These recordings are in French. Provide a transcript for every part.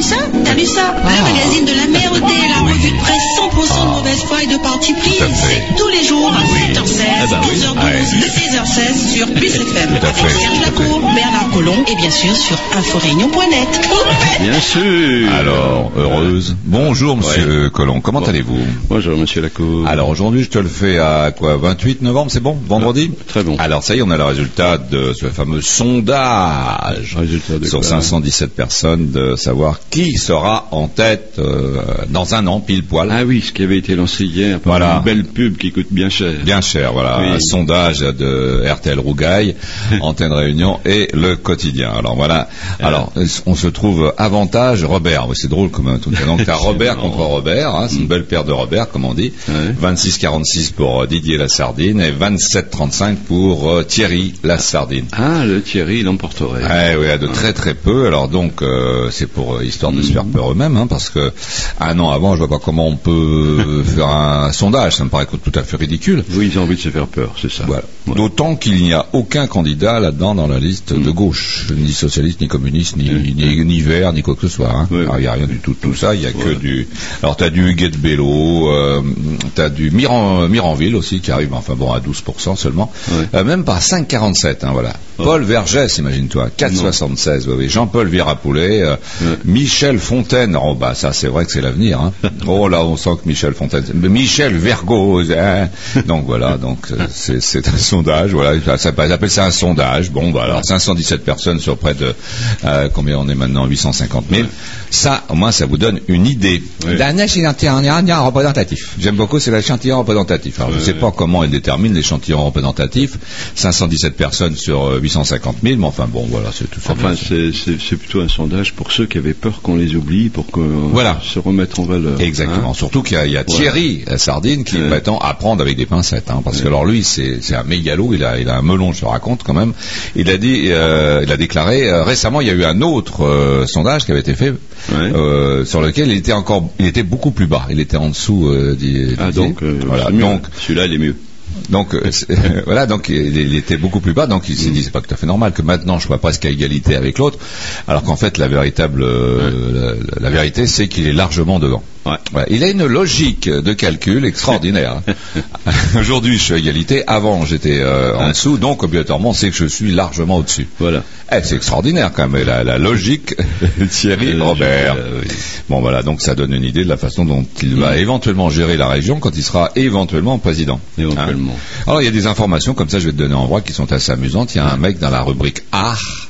ça? T'as vu ça? Le magazine de la merde, la revue de presse 100% de mauvaise foi et de parti pris. C'est tous les jours à 7h16, 11h12 et 16h16 sur Plus FM. Avec Serge Lacour, Bernard Collomb et bien sûr sur inforéunion.net. Bien sûr. Alors, heureuse. Bonjour, monsieur Collomb. Comment allez-vous? Bonjour, monsieur Lacour. Alors, aujourd'hui, je te le fais à quoi? 28 novembre, c'est bon? Vendredi? Très bon. Alors, ça y est, on a le résultat de ce fameux sondage. Sur 517 personnes, de savoir qui sera en tête dans un an, pile poil. Ah oui, ce qui avait été lancé hier par une belle pub qui coûte bien cher. Bien cher, voilà. Oui. Un sondage de RTL Rougail, Antenne Réunion et Le Quotidien. Alors voilà. Alors, on se trouve avantage Robert. C'est drôle comme un truc. Donc, t'as Robert contre Robert. Hein, c'est une belle paire de Robert, comme on dit. 26-46 pour Didier Lassardine et 27-35 pour Thierry Lassardine. Ah, le Thierry, il emporterait. Oui, de très très peu. Alors donc, c'est pour histoire de se faire peur eux-mêmes, hein, parce que un an avant, je vois pas comment on peut faire un sondage. Ça me paraît tout à fait ridicule. Oui, ils ont envie de se faire peur, c'est ça. Voilà. Ouais. D'autant qu'il n'y a aucun candidat là-dedans dans la liste de gauche, ni socialiste, ni communiste, ni vert, ni quoi que ce soit. Hein. Alors, il n'y a rien du tout de tout ça. Il y a que du. Alors t'as du Huguet de Bello, t'as du Miranville aussi qui arrive, enfin bon, à 12% seulement. Même pas 5,47. Hein, voilà. Paul Vergès, imagine-toi, 4,76. Oui. Jean-Paul Virapoulet, Michel Fontaine. Oh bah ça, c'est vrai que c'est l'avenir. Hein. Oh là, on sent que Michel Fontaine, Michel Vergoz. Hein. Donc voilà, donc c'est un sondage. Voilà, ça appelle ça un sondage. Bon, bah alors 517 personnes sur près de combien on est maintenant, 850 000. Ça, au moins, ça vous donne une idée d'un échantillon représentatif. J'aime beaucoup, c'est l'échantillon représentatif. Alors, je ne sais pas comment elle détermine l'échantillon représentatif. 517 personnes sur 850 000, mais enfin bon, voilà, c'est tout ça. Enfin, c'est plutôt un sondage pour ceux qui avaient peur qu'on les oublie, pour se remettre en valeur. Exactement. Hein. Surtout qu'il y a Thierry Lassardine qui prétend apprendre avec des pincettes, hein, parce que alors lui, c'est un mégalo, il a un melon, je te raconte quand même. Il a dit, il a déclaré récemment, il y a eu un autre sondage qui avait été fait. Sur lequel il était beaucoup plus bas. Il était en dessous donc celui-là il est mieux. Donc voilà, donc il était beaucoup plus bas, donc il s'est dit c'est pas tout à fait normal que maintenant je sois presque à égalité avec l'autre, alors qu'en fait la vérité c'est qu'il est largement devant. Voilà. Il a une logique de calcul extraordinaire. Aujourd'hui je suis à égalité, avant j'étais en dessous, donc obligatoirement c'est que je suis largement au-dessus. Voilà. C'est extraordinaire quand même, la logique Thierry Robert. Bon voilà, donc ça donne une idée de la façon dont il va éventuellement gérer la région quand il sera éventuellement président. Éventuellement. Alors il y a des informations comme ça, je vais te donner en voix qui sont assez amusantes. Il y a un mec dans la rubrique art.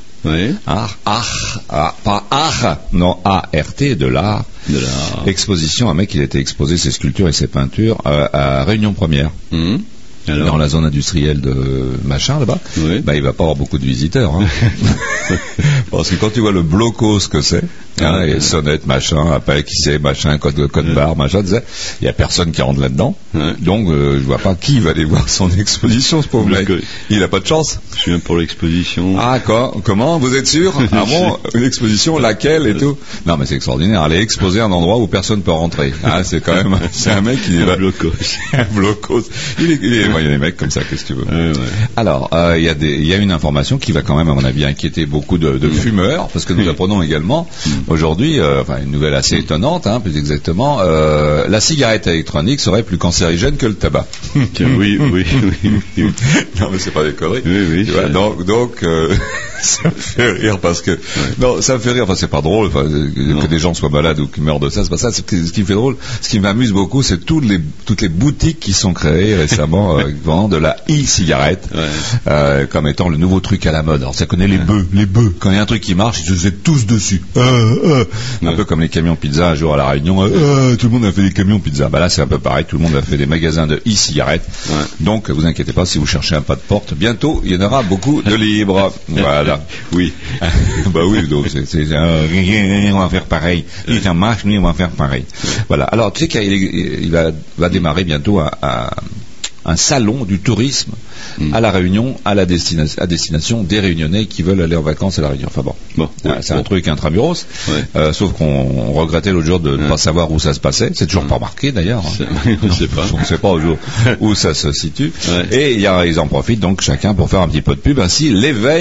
Pas art, non, A-R-T, de l'art. Exposition, un mec, il a été exposé ses sculptures et ses peintures à Réunion Première. Alors, dans la zone industrielle de machin là-bas, il va pas avoir beaucoup de visiteurs. Hein. Parce que quand tu vois le blocos que c'est, et sonnette, machin, appel qui c'est, machin, code barre, machin, il y a personne qui rentre là-dedans. Donc je vois pas qui va aller voir son exposition, ce pauvre mec. Il a pas de chance. Je suis même pour l'exposition. Ah quoi? Comment? Vous êtes sûr? Ah bon? Une exposition, laquelle et tout? Non mais c'est extraordinaire. Aller exposer un endroit où personne peut rentrer. C'est quand même, c'est un mec qui est un blocos. Un blocos. Il y a des mecs comme ça, qu'est-ce que tu veux. Alors, il y a une information qui va quand même, à mon avis, inquiéter beaucoup de fumeurs, parce que nous apprenons également aujourd'hui, une nouvelle assez étonnante, hein, plus exactement, la cigarette électronique serait plus cancérigène que le tabac. Oui. Non, mais c'est pas des conneries. Oui. Donc, ça me fait rire parce que ça me fait rire. Enfin, c'est pas drôle que des gens soient malades ou qu'ils meurent de ça. C'est pas ça. Ce qui me fait drôle, ce qui m'amuse beaucoup, c'est toutes les boutiques qui sont créées récemment vendant de la e-cigarette comme étant le nouveau truc à la mode. Alors ça connaît les bœufs. Quand il y a un truc qui marche, ils se jettent tous dessus. Un peu comme les camions pizza un jour à la Réunion. Tout le monde a fait des camions pizza. Là, c'est un peu pareil. Tout le monde a fait des magasins de e-cigarettes. Donc, vous inquiétez pas si vous cherchez un pas de porte. Bientôt, il y en aura beaucoup de libres. Voilà. Oui. Oui. Donc, on va faire pareil. Si ça marche, nous, on va faire pareil. Voilà. Alors, tu sais qu'il va démarrer bientôt un salon du tourisme à la Réunion, à destination des Réunionnais qui veulent aller en vacances à la Réunion. Enfin bon, c'est un truc intramuros. Sauf qu'on regrettait l'autre jour de ne pas savoir où ça se passait. C'est toujours pas marqué d'ailleurs. On ne sait pas au jour où ça se situe. Et ils en profitent donc chacun pour faire un petit peu de pub. Ainsi, l'éveil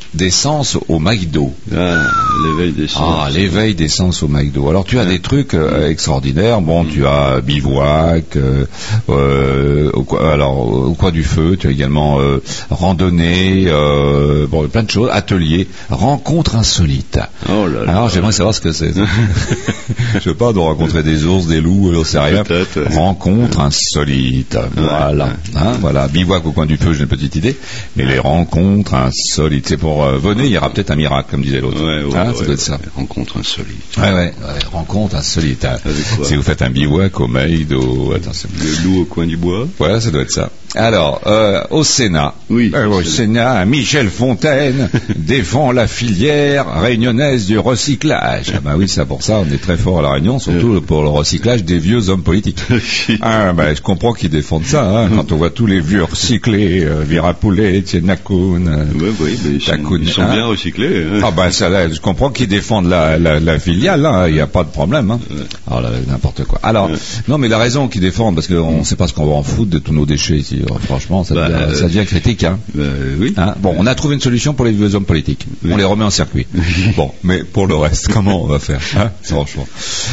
d'essence au McDo. L'éveil d'essence. L'éveil d'essence au McDo. Alors tu as des trucs extraordinaires. Bon, tu as bivouac, au coin du feu. Tu as également randonnée, plein de choses. Atelier, rencontre insolite. Oh là là. Alors j'aimerais savoir ce que c'est. Je sais pas, de rencontrer des ours, des loups, on sait rien. Rencontre insolite. Voilà. Voilà. Bivouac au coin du feu, j'ai une petite idée. Mais les rencontres insolites, c'est pour venez, il y aura peut-être un miracle, comme disait l'autre. Ça doit être ça. Rencontre insolite. Rencontre insolite. Si vous faites un bivouac au McDo, attention. Le loup au coin du bois. Voilà, ça doit être ça. Alors, au Sénat. Au Sénat, Michel Fontaine défend la filière réunionnaise du recyclage. Ça pour ça, on est très fort à la Réunion, surtout pour le recyclage des vieux hommes politiques. Je comprends qu'ils défendent ça, quand on voit tous les vieux recyclés, Virapoulet, Tienakoun, ils sont bien recyclés. Je comprends qu'ils défendent la filiale, il n'y a pas de problème. N'importe quoi. Alors, non, mais la raison qu'ils défendent, parce qu'on ne sait pas ce qu'on va en foutre de tous nos déchets ici. Franchement, ça devient critique. On a trouvé une solution pour les vieux hommes politiques. On les remet en circuit. Mais pour le reste, comment on va faire franchement.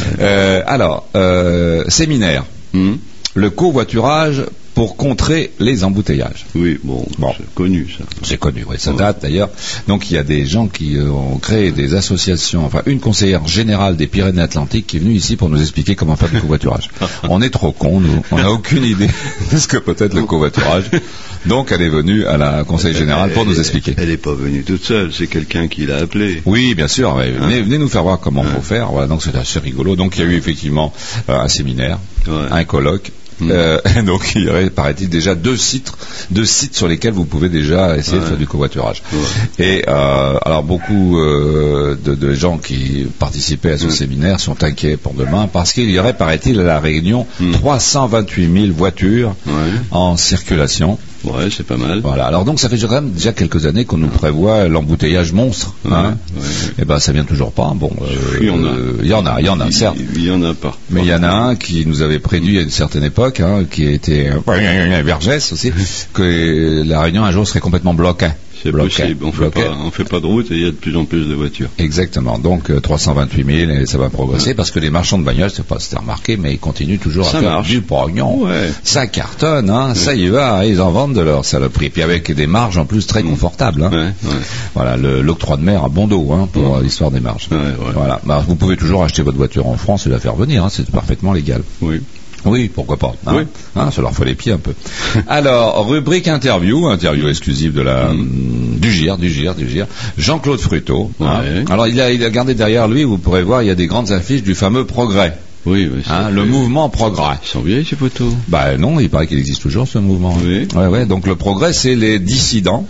Séminaire. Le covoiturage pour contrer les embouteillages. C'est connu ça. C'est connu, ça date d'ailleurs. Donc il y a des gens qui ont créé des associations, une conseillère générale des Pyrénées-Atlantiques qui est venue ici pour nous expliquer comment faire du covoiturage. On est trop cons, nous. On n'a aucune idée de ce que peut être le covoiturage. Donc elle est venue à la conseillère générale pour nous expliquer. Elle n'est pas venue toute seule, c'est quelqu'un qui l'a appelée. Oui, bien sûr. Venez nous faire voir comment il faut faire. Donc c'est assez rigolo. Donc il y a eu effectivement un séminaire, un colloque. Donc il y aurait, paraît-il, déjà deux sites sur lesquels vous pouvez déjà essayer de faire du covoiturage. Et alors beaucoup de gens qui participaient à ce séminaire sont inquiets pour demain parce qu'il y aurait, paraît-il, à la Réunion 328 000 voitures en circulation. C'est pas mal. Alors donc ça fait quand même déjà quelques années qu'on nous prévoit l'embouteillage monstre. Et ça vient toujours pas. Il y en a, certes. Il y en a pas. Mais il y en a un qui nous avait prédit à une certaine époque, qui a été Vergès aussi, que la Réunion un jour serait complètement bloquée. C'est possible, on fait pas de route et il y a de plus en plus de voitures. Exactement, donc 328 000 et ça va progresser parce que les marchands de bagnoles, je sais pas si c'était remarqué, mais ils continuent toujours à faire du pognon. Ça cartonne, ça y va, ils en vendent de leur saloperie. Puis avec des marges en plus très confortables. Voilà, l'octroi de mer à bon dos pour l'histoire des marges. Voilà, vous pouvez toujours acheter votre voiture en France et la faire venir, c'est parfaitement légal. Oui, pourquoi pas. Ça leur fait les pieds un peu. Alors, rubrique interview exclusive de du GIR. Jean-Claude Fruteau. Alors, il a gardé derrière lui, vous pourrez voir, il y a des grandes affiches du fameux Progrès. Le mouvement Progrès. Ils sont vieilles ces photos. Non, il paraît qu'il existe toujours ce mouvement. Donc le Progrès, c'est les dissidents.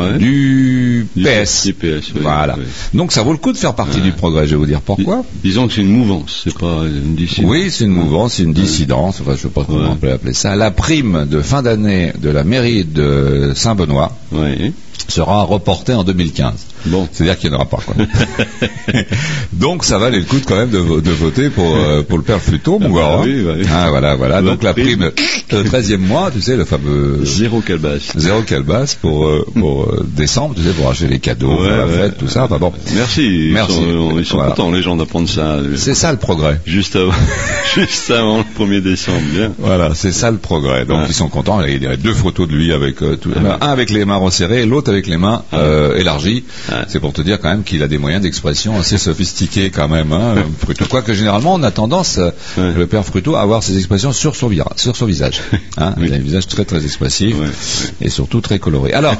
Du PS. Voilà. Donc ça vaut le coup de faire partie du Progrès, je vais vous dire pourquoi. Disons que c'est une mouvance, c'est pas une dissidence. Oui, c'est une mouvance, c'est une dissidence, je sais pas comment on peut appeler ça. La prime de fin d'année de la mairie de Saint-Benoît sera reportée en 2015. C'est-à-dire qu'il n'y en aura pas, Donc ça valait le coup quand même de voter pour le père Fruteau, mon gars. Voilà. Donc la prime le 13e mois, tu sais, le fameux zéro calebasse pour décembre, tu sais, pour acheter les cadeaux, la fête, tout ça. Merci. Ils sont contents, les gens, d'apprendre ça. C'est ça le Progrès. Juste avant le 1er décembre, bien. Voilà, c'est ça le Progrès. Donc ils sont contents. Il y a deux photos de lui avec un avec les mains resserrées, l'autre avec les mains élargies. C'est pour te dire quand même qu'il a des moyens d'expression assez sophistiqués quand même. Fruteau. Quoique généralement on a tendance, le père Fruteau, à avoir ses expressions sur son visage. Il a un visage très très expressif et surtout très coloré. Alors,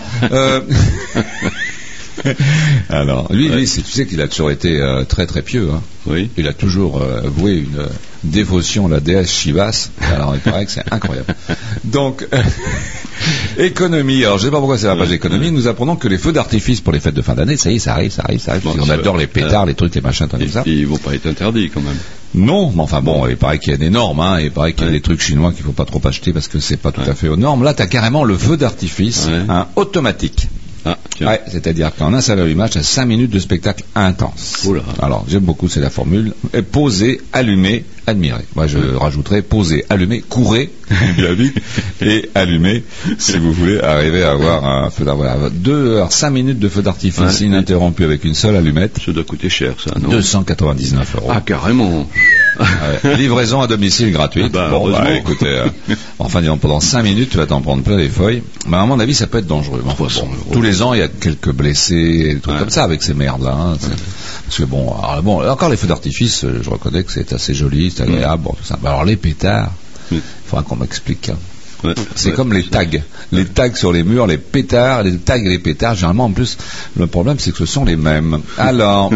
lui, tu sais qu'il a toujours été très très pieux. Il a toujours voué une dévotion à la déesse Chivas. Alors il paraît que c'est incroyable. Donc, économie. Alors je ne sais pas pourquoi c'est la page économie. Nous apprenons que les feux d'artifice pour les fêtes de fin d'année, ça y est, ça arrive. On adore les pétards, les trucs, les machins, tout ça. Ils vont pas être interdits quand même. Non, mais enfin il paraît qu'il y a des normes, il paraît qu'il y a des trucs chinois qu'il faut pas trop acheter parce que c'est pas tout à fait aux normes. Là, t'as carrément le feu d'artifice automatique. Ouais, c'est-à-dire qu'en un seul du match, à 5 minutes de spectacle intense. Oula. Alors, j'aime beaucoup, c'est la formule. Poser, allumer, admirer. Moi, je rajouterais poser, allumer, courir, bien vite, et allumer, si vous voulez arriver à avoir un feu d'artifice. 5 minutes de feu d'artifice ininterrompu avec une seule allumette. Ça doit coûter cher, ça, non? 299 €. Ah, carrément. Livraison à domicile gratuite. Écoutez, enfin, disons, pendant 5 minutes, tu vas t'en prendre plein les feuilles. Mais à mon avis, ça peut être dangereux. Tous les ans, il y a quelques blessés, et des trucs comme ça avec ces merdes-là. Hein. Parce que bon, encore les feux d'artifice, je reconnais que c'est assez joli, c'est agréable, tout ça. Alors les pétards, il faudra qu'on m'explique. Hein. C'est comme les tags. Les tags sur les murs, les pétards, les tags et les pétards, généralement, en plus, le problème, c'est que ce sont les mêmes. Alors...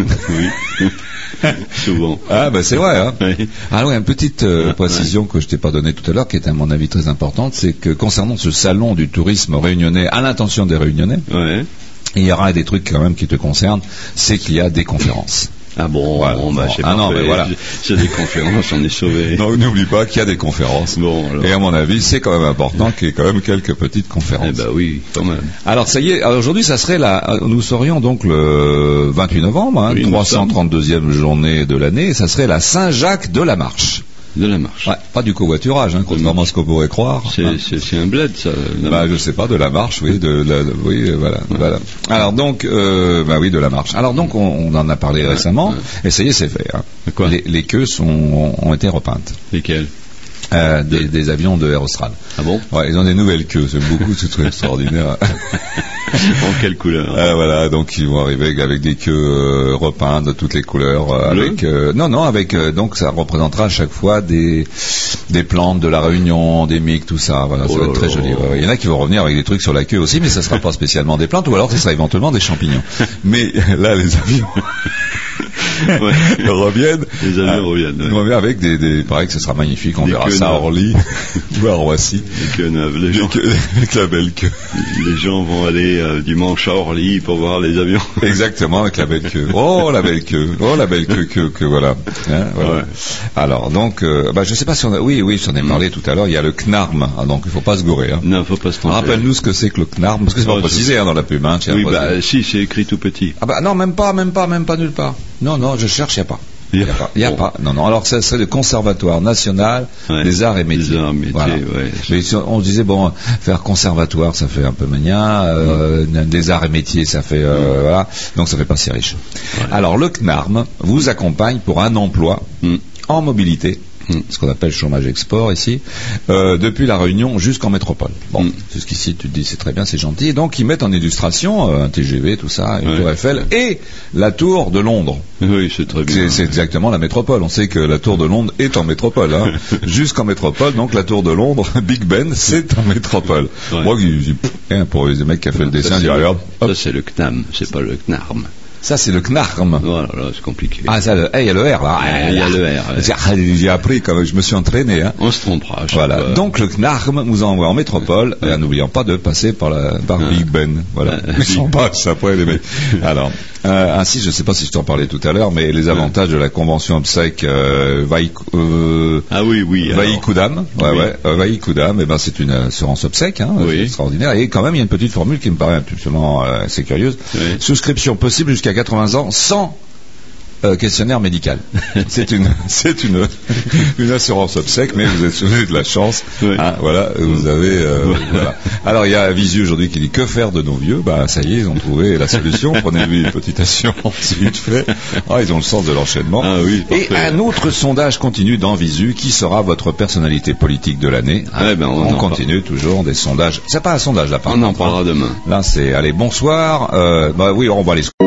Souvent. Ah, c'est vrai, hein. Alors, une petite précision que je t'ai pas donnée tout à l'heure, qui est à mon avis très importante, c'est que concernant ce salon du tourisme réunionnais, à l'intention des Réunionnais, il y aura des trucs quand même qui te concernent, c'est qu'il y a des conférences. Ah bon, c'est parfait. C'est des conférences, on est sauvés. Non, n'oublie pas qu'il y a des conférences. Et à mon avis, c'est quand même important qu'il y ait quand même quelques petites conférences. Oui, quand même. Alors, ça y est, aujourd'hui, ça serait nous serions donc le 28 novembre, 332e journée de l'année, ça serait la Saint-Jacques de la Marche. De la Marche. Pas du covoiturage, contrairement à ce qu'on pourrait croire. C'est un bled, ça. Je sais pas, de la Marche, oui, voilà. Alors donc, de la Marche. Alors donc, on en a parlé récemment, et ça y est, c'est fait. Hein. Quoi? Les queues ont été repeintes. Lesquelles? Des avions de Air Austral. Ah bon? Ouais, ils ont des nouvelles queues, c'est beaucoup, c'est très extraordinaire. En quelle couleur? Voilà, donc ils vont arriver avec des queues repeintes de toutes les couleurs, avec donc ça représentera à chaque fois des plantes de la Réunion, des mics, tout ça. Voilà, ça va être très joli. Il y en a qui vont revenir avec des trucs sur la queue aussi, mais ça sera pas spécialement des plantes, ou alors ce sera éventuellement des champignons. Mais là, les avions reviennent. Les avions reviennent. Ils reviennent avec il paraît que ce sera magnifique. On verra ça à Orly, ou à Roissy. Les queues neuves. Avec la belle queue. Les gens vont aller dimanche à Orly pour voir les avions. Exactement, avec la belle queue. Oh, la belle queue. Oh, la belle queue que voilà. Voilà. Ouais. Alors, donc, je sais pas si on a... Oui, j'en ai parlé tout à l'heure. Il y a le CNARM. Donc, il faut pas se gourer. Hein. Non, faut pas se tromper. Rappelle-nous ce que c'est que le CNARM, parce que c'est pas précisé dans la pub. Hein, si, c'est écrit tout petit. Non, même pas nulle part. Non, je cherche, il n'y a pas. Il n'y a pas. Non. Alors, ça serait le Conservatoire national des arts et métiers. Des arts et métiers, voilà. Mais on se disait, faire conservatoire, ça fait un peu mania. Des arts et métiers, ça fait... voilà. Donc, ça fait pas si riche. Ouais. Alors, le CNARM vous accompagne pour un emploi en mobilité, ce qu'on appelle chômage export ici, depuis la Réunion jusqu'en métropole. Jusqu'ici, tu te dis, c'est très bien, c'est gentil. Et donc, ils mettent en illustration un TGV, tout ça, une tour Eiffel et la tour de Londres. Oui, c'est très bien. C'est exactement la métropole. On sait que la tour de Londres est en métropole. Hein. Jusqu'en métropole, donc la tour de Londres, Big Ben, c'est en métropole. Moi, pour les mecs qui ont fait le dessin, ça, c'est le CNAM, c'est pas le CNARM. Ça, c'est le CNARM. Voilà, c'est compliqué. Ah, ça, il y a le R, là. Il y a le R. J'ai appris, comme je me suis entraîné. Hein. On se trompera. Voilà. Donc, le CNARM nous envoie en métropole, et n'oublions pas de passer par Big Ben. Voilà. Ils sont pas après, les mecs. Alors, ainsi, je ne sais pas si je t'en parlais tout à l'heure, mais les avantages de la convention obsèque Vaïkoudam. Vaïkoudam, c'est une assurance obsèque, c'est extraordinaire. Et quand même, il y a une petite formule qui me paraît absolument assez curieuse. Souscription possible jusqu'à 80 ans sans questionnaire médical. C'est une assurance obsèque, mais vous avez de la chance. Voilà, vous avez. Voilà. Alors il y a Visu aujourd'hui qui dit que faire de nos vieux. Ça y est, ils ont trouvé la solution. Prenez-lui une petite assurance vite fait. Ils ont le sens de l'enchaînement. Et un autre sondage continue dans Visu. Qui sera votre personnalité politique de l'année? On continue toujours des sondages. C'est pas un sondage là. On en parlera demain. Là, c'est allez, bonsoir. On va les